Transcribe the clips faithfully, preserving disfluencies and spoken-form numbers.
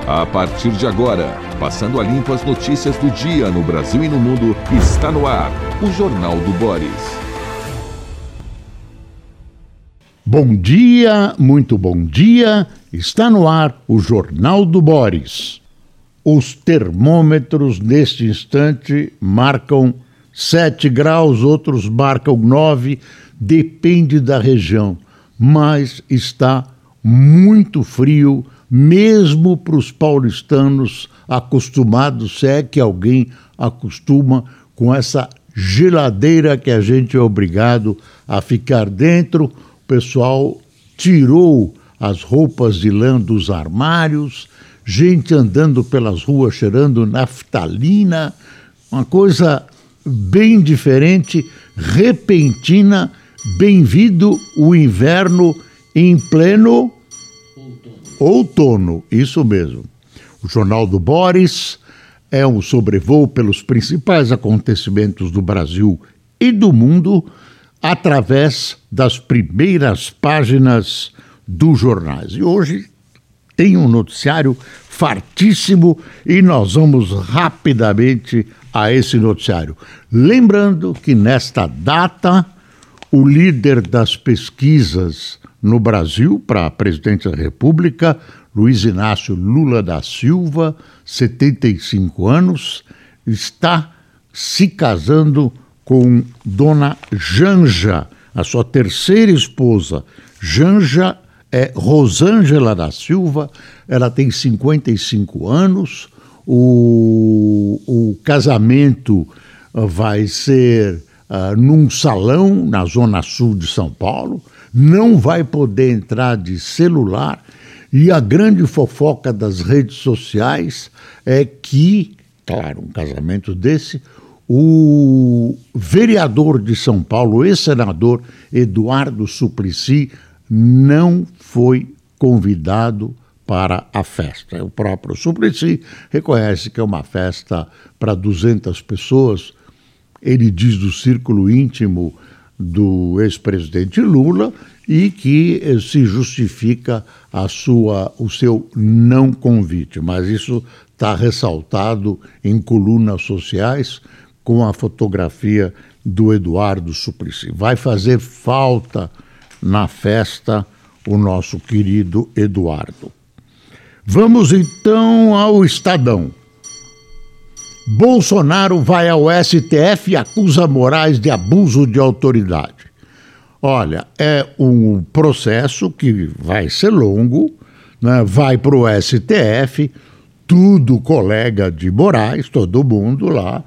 A partir de agora, passando a limpo as notícias do dia no Brasil e no mundo, está no ar o Jornal do Boris. Bom dia, muito bom dia, está no ar o Jornal do Boris. Os termômetros neste instante marcam sete graus, outros marcam nove, depende da região, mas está muito frio, mesmo para os paulistanos acostumados, se é que alguém acostuma com essa geladeira que a gente é obrigado a ficar dentro. O pessoal tirou as roupas de lã dos armários, gente andando pelas ruas cheirando naftalina, uma coisa bem diferente, repentina. Bem-vindo o inverno em pleno outono, isso mesmo. O Jornal do Boris é um sobrevoo pelos principais acontecimentos do Brasil e do mundo através das primeiras páginas dos jornais. E hoje tem um noticiário fartíssimo e nós vamos rapidamente a esse noticiário. Lembrando que nesta data, o líder das pesquisas no Brasil para a presidência da República, Luiz Inácio Lula da Silva, setenta e cinco anos, está se casando com Dona Janja, a sua terceira esposa. Janja é Rosângela da Silva, ela tem cinquenta e cinco anos, o, o casamento vai ser uh, num salão na zona sul de São Paulo, não vai poder entrar de celular, e a grande fofoca das redes sociais é que, claro, um casamento desse, o vereador de São Paulo, ex-senador Eduardo Suplicy, não foi convidado para a festa. O próprio Suplicy reconhece que é uma festa para duzentas pessoas. Ele diz do círculo íntimo do ex-presidente Lula e que se justifica a sua, o seu não convite. Mas isso está ressaltado em colunas sociais com a fotografia do Eduardo Suplicy. Vai fazer falta na festa o nosso querido Eduardo. Vamos então ao Estadão. Bolsonaro vai ao S T F e acusa Moraes de abuso de autoridade. Olha, é um processo que vai ser longo, né? Vai para o S T F, tudo colega de Moraes, todo mundo lá.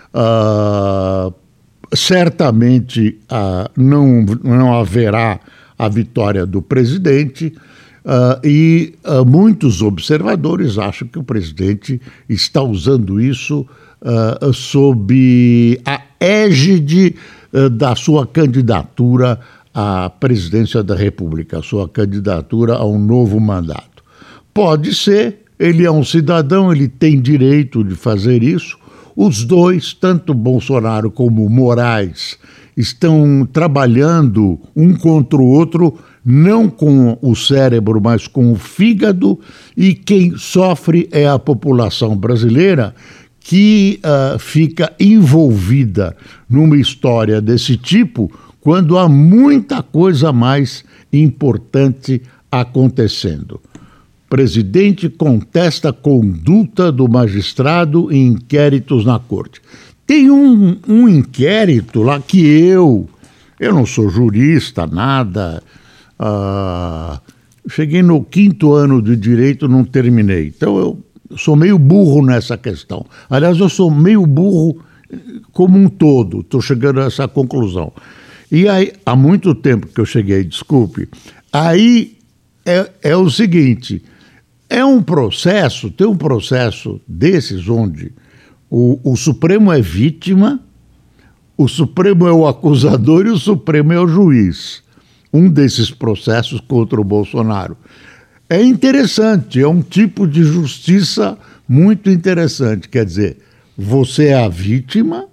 Uh, certamente uh, não, não haverá a vitória do presidente. Uh, e uh, muitos observadores acham que o presidente está usando isso uh, sob a égide uh, da sua candidatura à presidência da República, a sua candidatura a um novo mandato. Pode ser, ele é um cidadão, ele tem direito de fazer isso. Os dois, tanto Bolsonaro como Moraes, estão trabalhando um contra o outro, não com o cérebro, mas com o fígado, e quem sofre é a população brasileira, que uh, fica envolvida numa história desse tipo, quando há muita coisa mais importante acontecendo. Presidente contesta a conduta do magistrado em inquéritos na corte. Tem um, um inquérito lá que eu, eu não sou jurista, nada, uh, cheguei no quinto ano de direito, não terminei. Então eu sou meio burro nessa questão. Aliás, eu sou meio burro como um todo, estou chegando a essa conclusão. E aí, há muito tempo que eu cheguei, desculpe, aí é, é o seguinte, é um processo, tem um processo desses onde o, o Supremo é vítima, o Supremo é o acusador e o Supremo é o juiz. Um desses processos contra o Bolsonaro. É interessante, é um tipo de justiça muito interessante. Quer dizer, você é a vítima,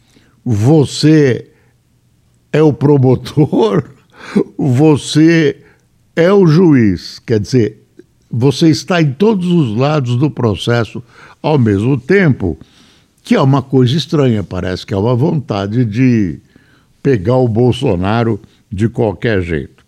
você é o promotor, você é o juiz. Quer dizer, você está em todos os lados do processo ao mesmo tempo, que é uma coisa estranha, parece que é uma vontade de pegar o Bolsonaro de qualquer jeito.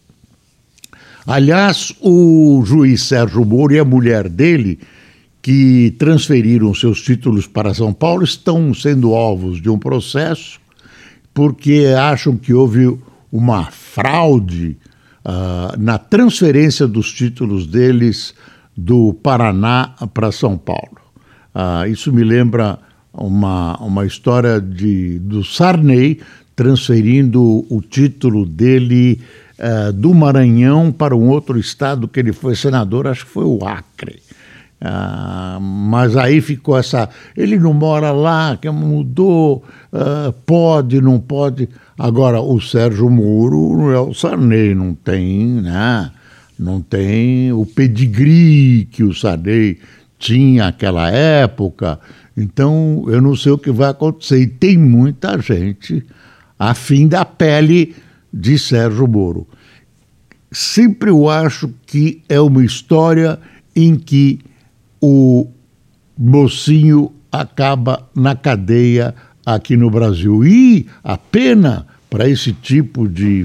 Aliás, o juiz Sérgio Moro e a mulher dele, que transferiram seus títulos para São Paulo, estão sendo alvos de um processo porque acham que houve uma fraude uh, na transferência dos títulos deles do Paraná para São Paulo. Uh, isso me lembra uma, uma história de, do Sarney transferindo o título dele uh, do Maranhão para um outro estado que ele foi senador, acho que foi o Acre. Uh, mas aí ficou essa... Ele não mora lá, que mudou, uh, pode, não pode. Agora, o Sérgio Moro não é o Sarney, não tem, né? Não tem o pedigree que o Sarney tinha naquela época. Então, eu não sei o que vai acontecer. E tem muita gente a fim da pele de Sérgio Moro. Sempre eu acho que é uma história em que o mocinho acaba na cadeia aqui no Brasil. E a pena para esse tipo de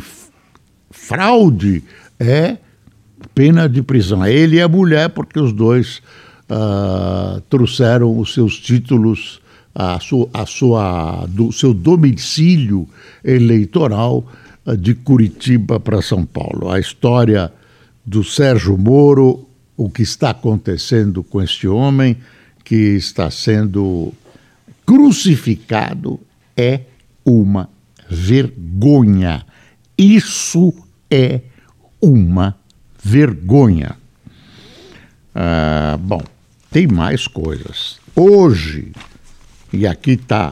fraude é pena de prisão. Ele e a mulher, porque os dois uh, trouxeram os seus títulos, a sua, a sua, do seu domicílio eleitoral uh, de Curitiba para São Paulo. A história do Sérgio Moro, o que está acontecendo com este homem que está sendo crucificado, é uma vergonha. Isso é uma vergonha. Ah, bom, tem mais coisas. Hoje, e aqui está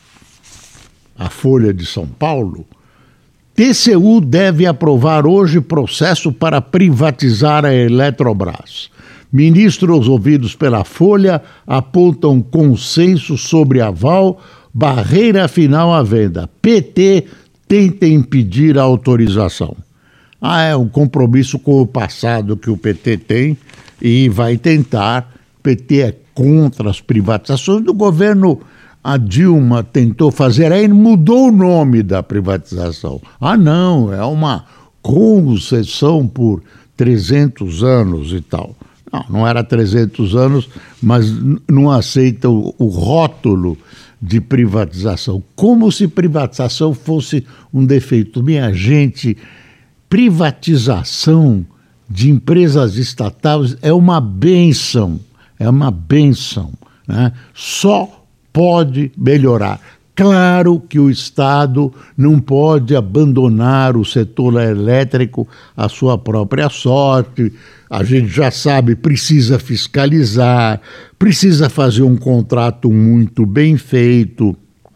a Folha de São Paulo, T C U deve aprovar hoje processo para privatizar a Eletrobras. Ministros ouvidos pela Folha apontam consenso sobre aval, barreira final à venda. P T tenta impedir a autorização. Ah, é um compromisso com o passado que o P T tem e vai tentar. O P T é contra as privatizações do governo. A Dilma tentou fazer, aí mudou o nome da privatização. Ah, não, é uma concessão por trezentos anos e tal. Não, não era trezentos anos, mas não aceita o, o rótulo de privatização. Como se privatização fosse um defeito. Minha gente, privatização de empresas estatais é uma bênção, é uma bênção, né? Só pode melhorar. Claro que o Estado não pode abandonar o setor elétrico à sua própria sorte. A gente já sabe, precisa fiscalizar, precisa fazer um contrato muito bem feito.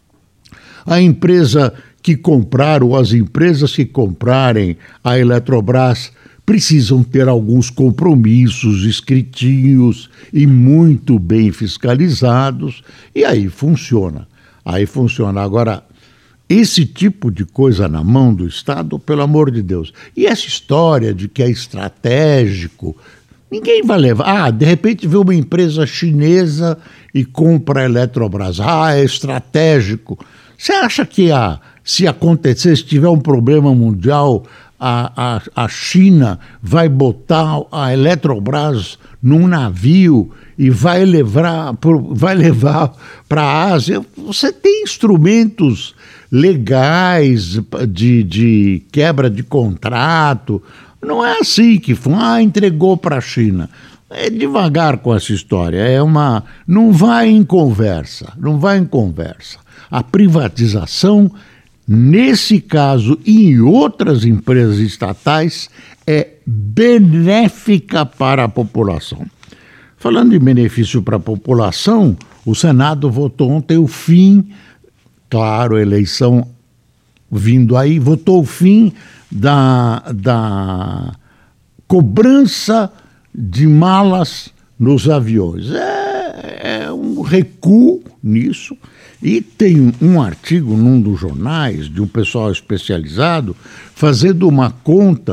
A empresa que comprar ou as empresas que comprarem a Eletrobras precisam ter alguns compromissos escritinhos e muito bem fiscalizados, e aí funciona. Aí funciona. Agora, esse tipo de coisa na mão do Estado, pelo amor de Deus. E essa história de que é estratégico, ninguém vai levar. Ah, de repente vê uma empresa chinesa e compra a Eletrobras. Ah, é estratégico. Você acha que a, se acontecer, se tiver um problema mundial, a, a, a China vai botar a Eletrobras num navio e vai levar, vai levar para a Ásia? Você tem instrumentos legais de, de quebra de contrato. Não é assim que foi. Ah, entregou para a China. É devagar com essa história. É uma, não vai em conversa, não vai em conversa. A privatização, nesse caso e em outras empresas estatais, é benéfica para a população. Falando em benefício para a população, o Senado votou ontem o fim, claro, eleição vindo aí, votou o fim da, da cobrança de malas nos aviões. É, é um recuo nisso. E tem um artigo num dos jornais, de um pessoal especializado, fazendo uma conta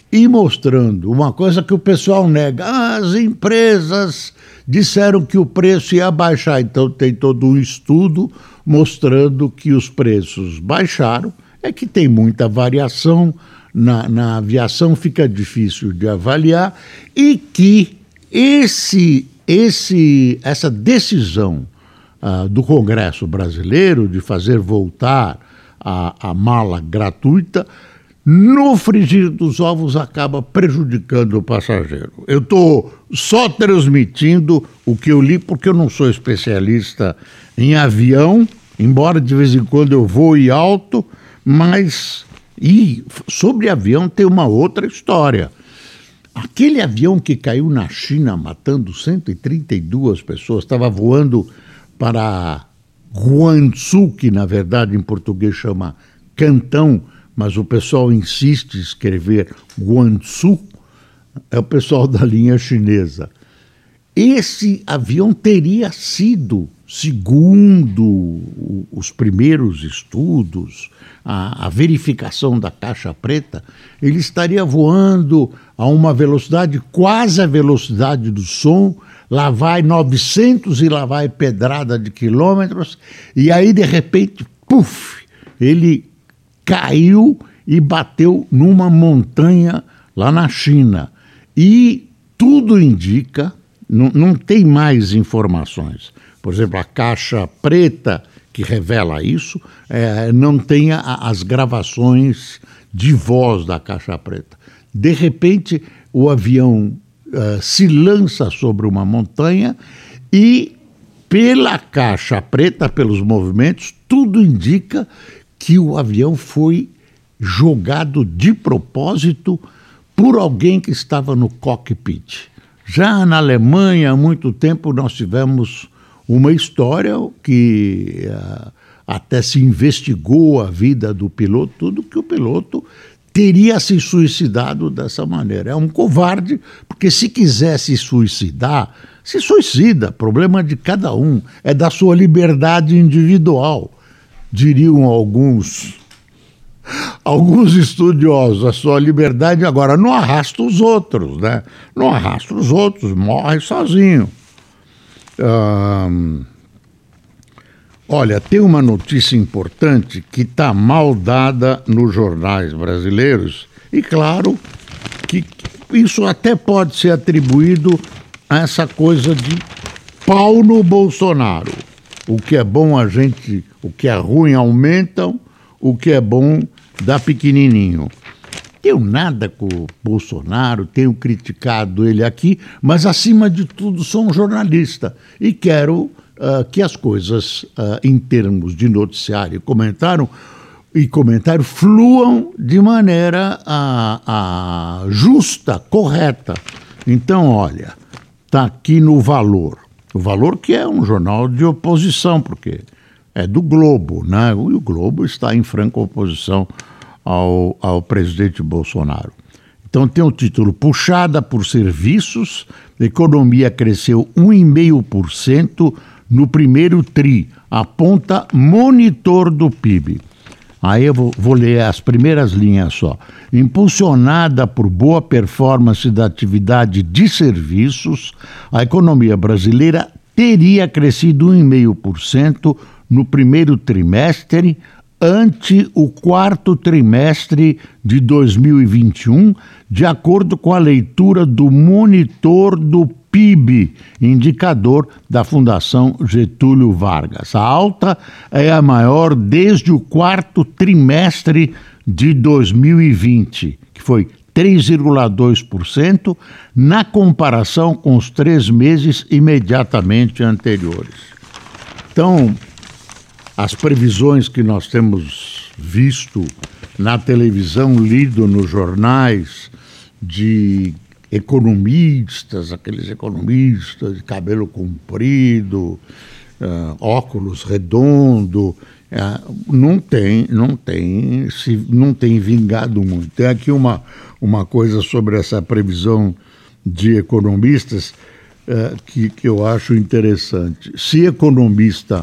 e mostrando uma coisa que o pessoal nega. Ah, as empresas disseram que o preço ia baixar, então tem todo um estudo mostrando que os preços baixaram, é que tem muita variação, na, na aviação fica difícil de avaliar, e que esse, esse, essa decisão uh, do Congresso brasileiro de fazer voltar a, a mala gratuita, no frigir dos ovos acaba prejudicando o passageiro. Eu estou só transmitindo o que eu li, porque eu não sou especialista em avião, embora de vez em quando eu voe alto, mas e sobre avião tem uma outra história. Aquele avião que caiu na China, matando cento e trinta e duas pessoas, estava voando para Guangzhou, que na verdade em português chama Cantão, mas o pessoal insiste em escrever Guangzhou, é o pessoal da linha chinesa. Esse avião teria sido, segundo os primeiros estudos, a, a verificação da caixa preta, ele estaria voando a uma velocidade quase a velocidade do som, lá vai novecentos e lá vai pedrada de quilômetros, e aí de repente, puf, ele caiu e bateu numa montanha lá na China. E tudo indica, não, não tem mais informações. Por exemplo, a caixa preta que revela isso, é, não tem a, as gravações de voz da caixa preta. De repente, o avião uh, se lança sobre uma montanha e, pela caixa preta, pelos movimentos, tudo indica que o avião foi jogado de propósito por alguém que estava no cockpit. Já na Alemanha, há muito tempo, nós tivemos uma história que uh, até se investigou a vida do piloto, tudo que o piloto teria se suicidado dessa maneira. É um covarde, porque se quiser se suicidar, se suicida, problema de cada um, é da sua liberdade individual. Diriam alguns, alguns estudiosos, a sua liberdade agora não arrasta os outros, né? Não arrasta os outros, morre sozinho. Hum, olha, tem uma notícia importante que está mal dada nos jornais brasileiros, e claro que isso até pode ser atribuído a essa coisa de pau no Bolsonaro. O que é bom a gente, o que é ruim aumentam, o que é bom dá pequenininho. Tenho nada com o Bolsonaro, tenho criticado ele aqui, mas acima de tudo sou um jornalista e quero uh, que as coisas, uh, em termos de noticiário e comentário, e comentário fluam de maneira uh, uh, justa, correta. Então, olha, está aqui no Valor. O Valor, que é um jornal de oposição, porque é do Globo, né? E o Globo está em franca oposição ao, ao presidente Bolsonaro. Então tem o título: Puxada por serviços, a economia cresceu um vírgula cinco por cento no primeiro tri, aponta monitor do P I B. Aí eu vou, vou ler as primeiras linhas só. Impulsionada por boa performance da atividade de serviços, a economia brasileira teria crescido um vírgula cinco por cento no primeiro trimestre, ante o quarto trimestre de dois mil e vinte e um, de acordo com a leitura do monitor do P I B, indicador da Fundação Getúlio Vargas. A alta é a maior desde o quarto trimestre de dois mil e vinte, que foi três vírgula dois por cento, na comparação com os três meses imediatamente anteriores. Então, as previsões que nós temos visto na televisão, lido nos jornais, de economistas, aqueles economistas de cabelo comprido, uh, óculos redondo, uh, não tem, não tem, se, não tem vingado muito. Tem aqui uma, uma coisa sobre essa previsão de economistas uh, que, que eu acho interessante. Se economista,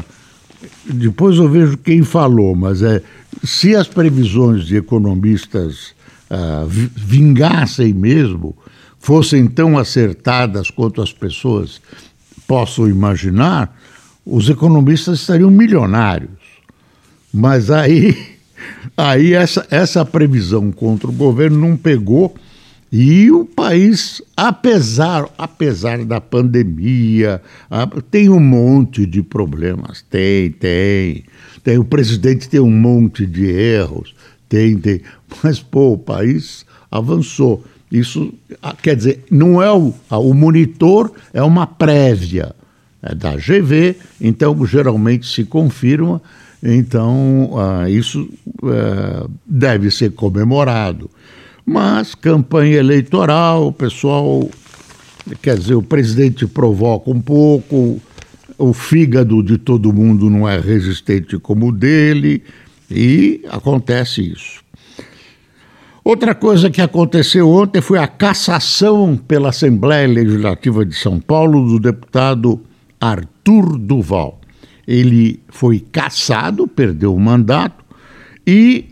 depois eu vejo quem falou, mas é, se as previsões de economistas uh, vingassem mesmo, fossem tão acertadas quanto as pessoas possam imaginar, os economistas estariam milionários. Mas aí, aí essa, essa previsão contra o governo não pegou e o país, apesar, apesar da pandemia, tem um monte de problemas. Tem, tem. tem o presidente tem um monte de erros. Tem, tem. Mas, pô, o país avançou. Isso, quer dizer, não é o, o monitor, é uma prévia, é da G V, então geralmente se confirma, então uh, isso uh, deve ser comemorado. Mas campanha eleitoral, o pessoal, quer dizer, o presidente provoca um pouco, o fígado de todo mundo não é resistente como o dele, e acontece isso. Outra coisa que aconteceu ontem foi a cassação pela Assembleia Legislativa de São Paulo do deputado Arthur Duval. Ele foi cassado, perdeu o mandato e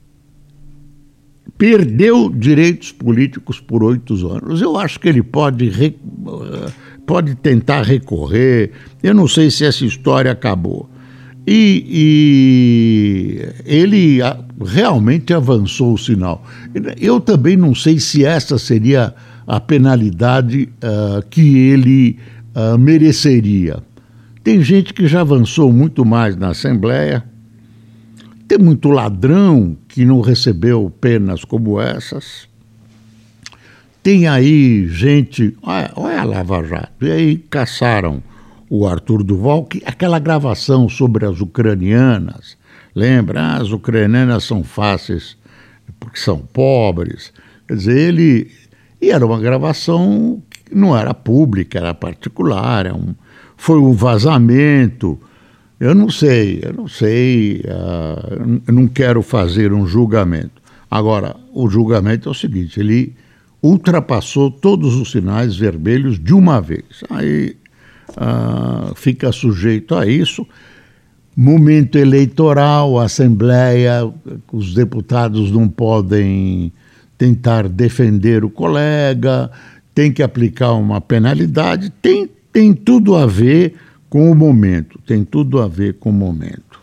perdeu direitos políticos por oito anos. Eu acho que ele pode, re... pode tentar recorrer, eu não sei se essa história acabou. E, e ele realmente avançou o sinal. Eu também não sei se essa seria a penalidade uh, que ele uh, mereceria. Tem gente que já avançou muito mais na Assembleia, tem muito ladrão que não recebeu penas como essas. Tem aí gente, olha, olha a Lava Jato, e aí caçaram o Arthur Duval, que, aquela gravação sobre as ucranianas, lembra? Ah, as ucranianas são fáceis porque são pobres. Quer dizer, ele... E era uma gravação que não era pública, era particular, era um, foi um vazamento. Eu não sei, eu não sei, uh, eu não quero fazer um julgamento. Agora, o julgamento é o seguinte, ele ultrapassou todos os sinais vermelhos de uma vez. Aí... Uh, fica sujeito a isso. Momento eleitoral, Assembleia, os deputados não podem tentar defender o colega, tem que aplicar uma penalidade, tem, tem tudo a ver com o momento, tem tudo a ver com o momento.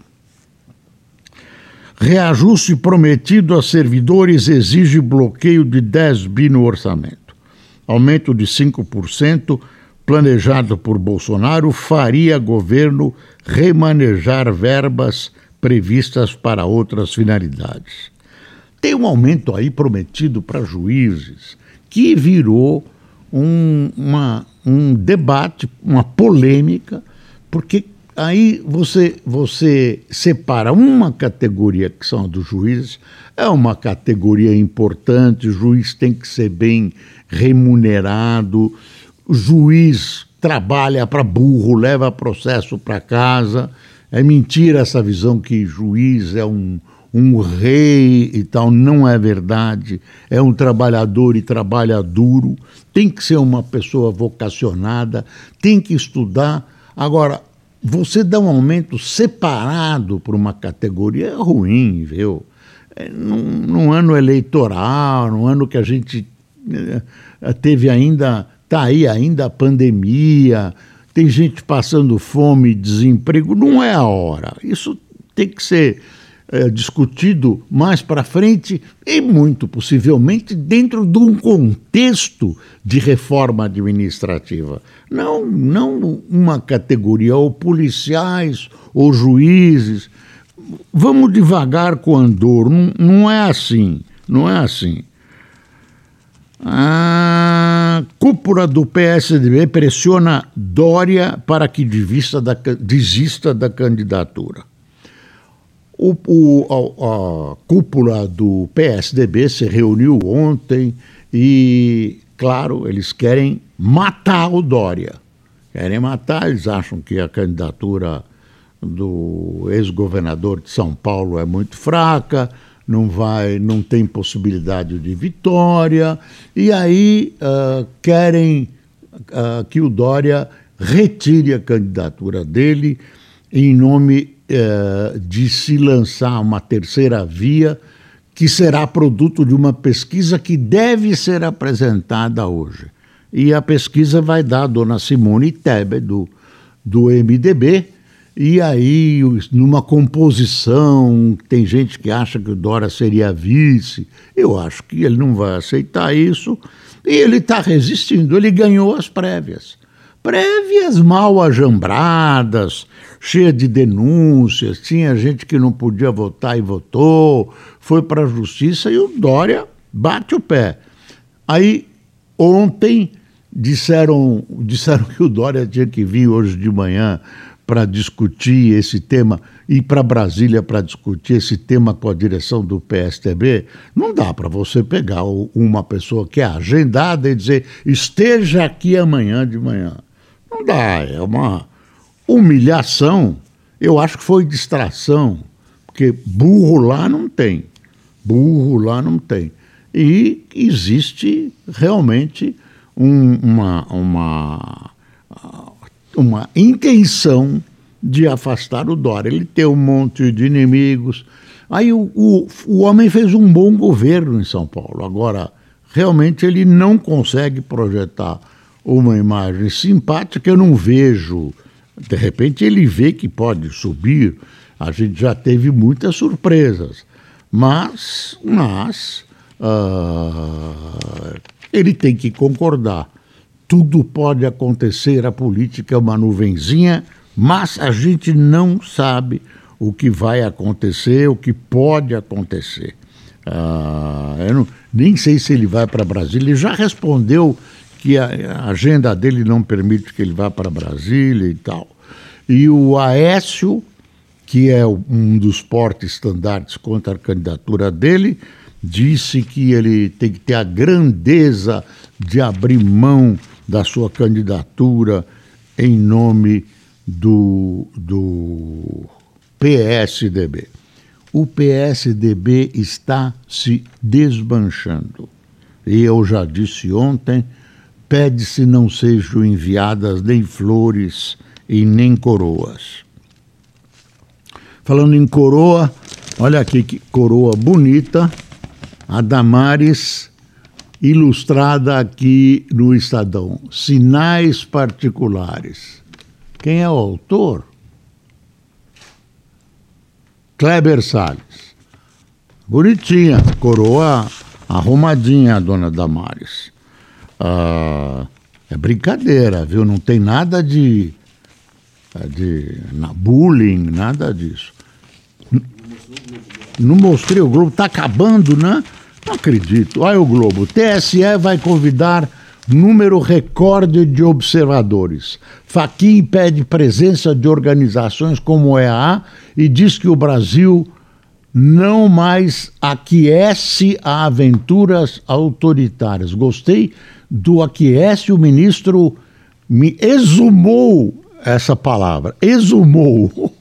Reajuste prometido a servidores exige bloqueio de dez bi no orçamento. Aumento de cinco por cento planejado por Bolsonaro faria governo remanejar verbas previstas para outras finalidades. Tem um aumento aí prometido para juízes que virou um, uma, um debate, uma polêmica, porque aí você, você separa uma categoria, que são a dos juízes, é uma categoria importante, o juiz tem que ser bem remunerado, o juiz trabalha para burro, leva processo para casa. É mentira essa visão que juiz é um, um rei e tal, não é verdade. É um trabalhador e trabalha duro, tem que ser uma pessoa vocacionada, tem que estudar. Agora, você dá um aumento separado para uma categoria é ruim, viu? É, num, num ano eleitoral, num ano que a gente é, teve ainda... Está aí ainda a pandemia, tem gente passando fome, desemprego, não é a hora. Isso tem que ser é, discutido mais para frente e muito possivelmente dentro de um contexto de reforma administrativa. Não, não uma categoria, ou policiais, ou juízes. Vamos devagar com o andor, não, não é assim, não é assim. A cúpula do P S D B pressiona Dória para que desista da, desista da candidatura. O, o, a, a cúpula do P S D B se reuniu ontem e, claro, eles querem matar o Dória. Querem matar, eles acham que a candidatura do ex-governador de São Paulo é muito fraca, não vai, não tem possibilidade de vitória, e aí uh, querem uh, que o Dória retire a candidatura dele em nome uh, de se lançar uma terceira via que será produto de uma pesquisa que deve ser apresentada hoje. E a pesquisa vai dar a dona Simone Tebet, do, do M D B, e aí numa composição, tem gente que acha que o Dória seria vice, eu acho que ele não vai aceitar isso, e ele está resistindo, ele ganhou as prévias. Prévias mal ajambradas, cheias de denúncias, tinha gente que não podia votar e votou, foi para a justiça e o Dória bate o pé. Aí, ontem, disseram, disseram que o Dória tinha que vir hoje de manhã para discutir esse tema, ir para Brasília para discutir esse tema com a direção do P S D B. Não dá para você pegar uma pessoa que é agendada e dizer esteja aqui amanhã de manhã. Não dá, é uma humilhação. Eu acho que foi distração, porque burro lá não tem. Burro lá não tem. E existe realmente um, uma, uma, uma intenção de afastar o Dória. Ele tem um monte de inimigos. Aí o, o, o homem fez um bom governo em São Paulo. Agora, realmente ele não consegue projetar uma imagem simpática. Eu não vejo. De repente ele vê que pode subir. A gente já teve muitas surpresas. Mas, mas uh, ele tem que concordar. Tudo pode acontecer, a política é uma nuvenzinha, mas a gente não sabe o que vai acontecer, o que pode acontecer. Uh, eu não, nem sei se ele vai para Brasília. Ele já respondeu que a, a agenda dele não permite que ele vá para Brasília e tal. E o Aécio, que é um dos porta-estandartes contra a candidatura dele, disse que ele tem que ter a grandeza de abrir mão da sua candidatura em nome do, do P S D B. O P S D B está se desmanchando. E eu já disse ontem, pede-se não sejam enviadas nem flores e nem coroas. Falando em coroa, olha aqui que coroa bonita, a Damares, ilustrada aqui no Estadão. Sinais particulares. Quem é o autor? Kleber Salles. Bonitinha, coroa arrumadinha, a dona Damares. Ah, é brincadeira, viu? Não tem nada de, de na bullying, nada disso. Não mostrei o Globo, está acabando, né? Não acredito. Olha o Globo. T S E vai convidar número recorde de observadores. Fachin pede presença de organizações como o E A A e diz que o Brasil não mais aquece a aventuras autoritárias. Gostei do aquece, o ministro me exumou essa palavra. Exumou.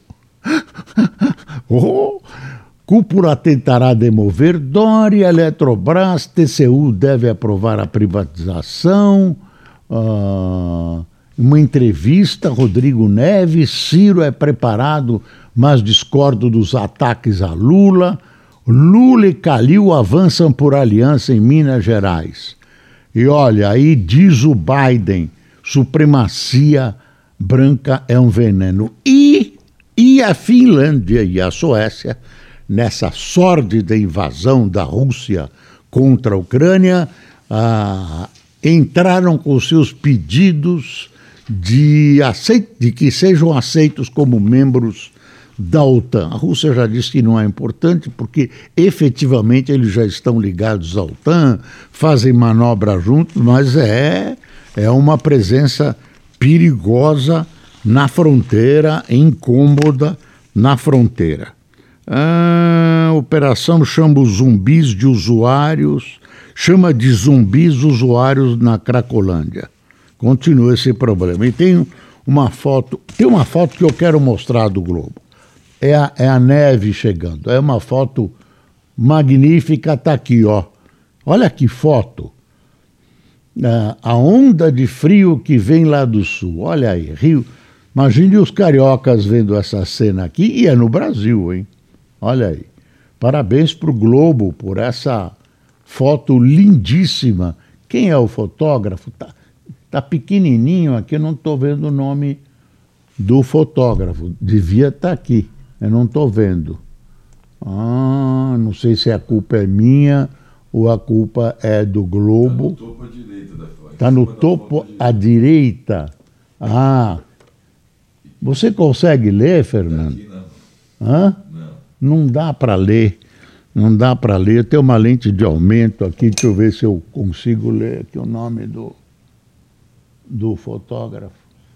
Oh, Cúpula tentará demover Dória, Eletrobras, T C U deve aprovar a privatização. Uh, uma entrevista, Rodrigo Neves, Ciro é preparado, mas discordo dos ataques a Lula. Lula e Calil avançam por aliança em Minas Gerais. E olha, aí diz o Biden, supremacia branca é um veneno. E, e a Finlândia e a Suécia, nessa sórdida invasão da Rússia contra a Ucrânia, ah, entraram com seus pedidos de, aceit- de que sejam aceitos como membros da OTAN. A Rússia já disse que não é importante porque efetivamente eles já estão ligados à OTAN, fazem manobra juntos, mas é, é uma presença perigosa na fronteira, incômoda na fronteira. Ah, operação chama os zumbis de usuários, chama de zumbis usuários na Cracolândia. Continua esse problema. E tem uma foto, tem uma foto que eu quero mostrar do Globo. É a, é a neve chegando. É uma foto magnífica, tá aqui, ó. Olha que foto. Ah, a onda de frio que vem lá do sul. Olha aí, Rio. Imagine os cariocas vendo essa cena aqui, e é no Brasil, hein? Olha aí. Parabéns para o Globo por essa foto lindíssima. Quem é o fotógrafo? Tá, tá pequenininho aqui, eu não estou vendo o nome do fotógrafo. Devia estar aqui, eu não estou vendo. Ah, não sei se a culpa é minha ou a culpa é do Globo. Está no topo à direita da foto. Está no topo à direita. Ah, você consegue ler, Fernando? Aqui não. Hã? Não. Não dá para ler. Não dá para ler. Eu tenho uma lente de aumento aqui. Deixa eu ver se eu consigo ler aqui o nome do, do fotógrafo.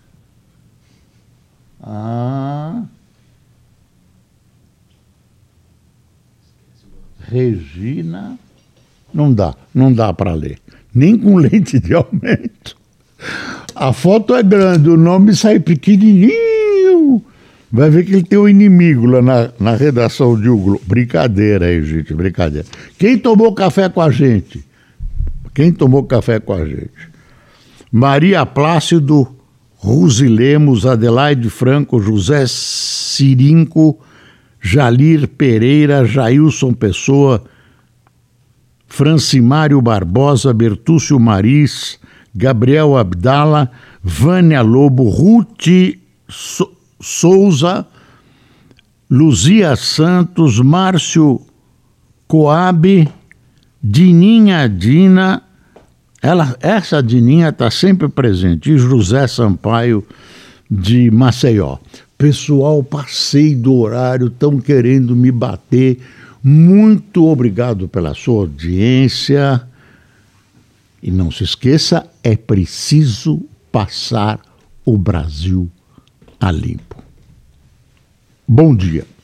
Ah. Regina. Não dá. Não dá para ler. Nem com lente de aumento. A foto é grande, o nome sai pequenininho. Vai ver que ele tem um inimigo lá na, na redação de O Globo. Brincadeira aí, gente, brincadeira. Quem tomou café com a gente? Quem tomou café com a gente? Maria Plácido, Rose Lemos, Adelaide Franco, José Sirinco, Jalir Pereira, Jailson Pessoa, Francimário Barbosa, Bertúcio Maris, Gabriel Abdala, Vânia Lobo, Ruth so Souza, Luzia Santos, Márcio Coab, Dininha Dina, ela, essa Dininha está sempre presente, e José Sampaio de Maceió. Pessoal, passei do horário, estão querendo me bater. Muito obrigado pela sua audiência. E não se esqueça, é preciso passar o Brasil a limpo. Bom dia.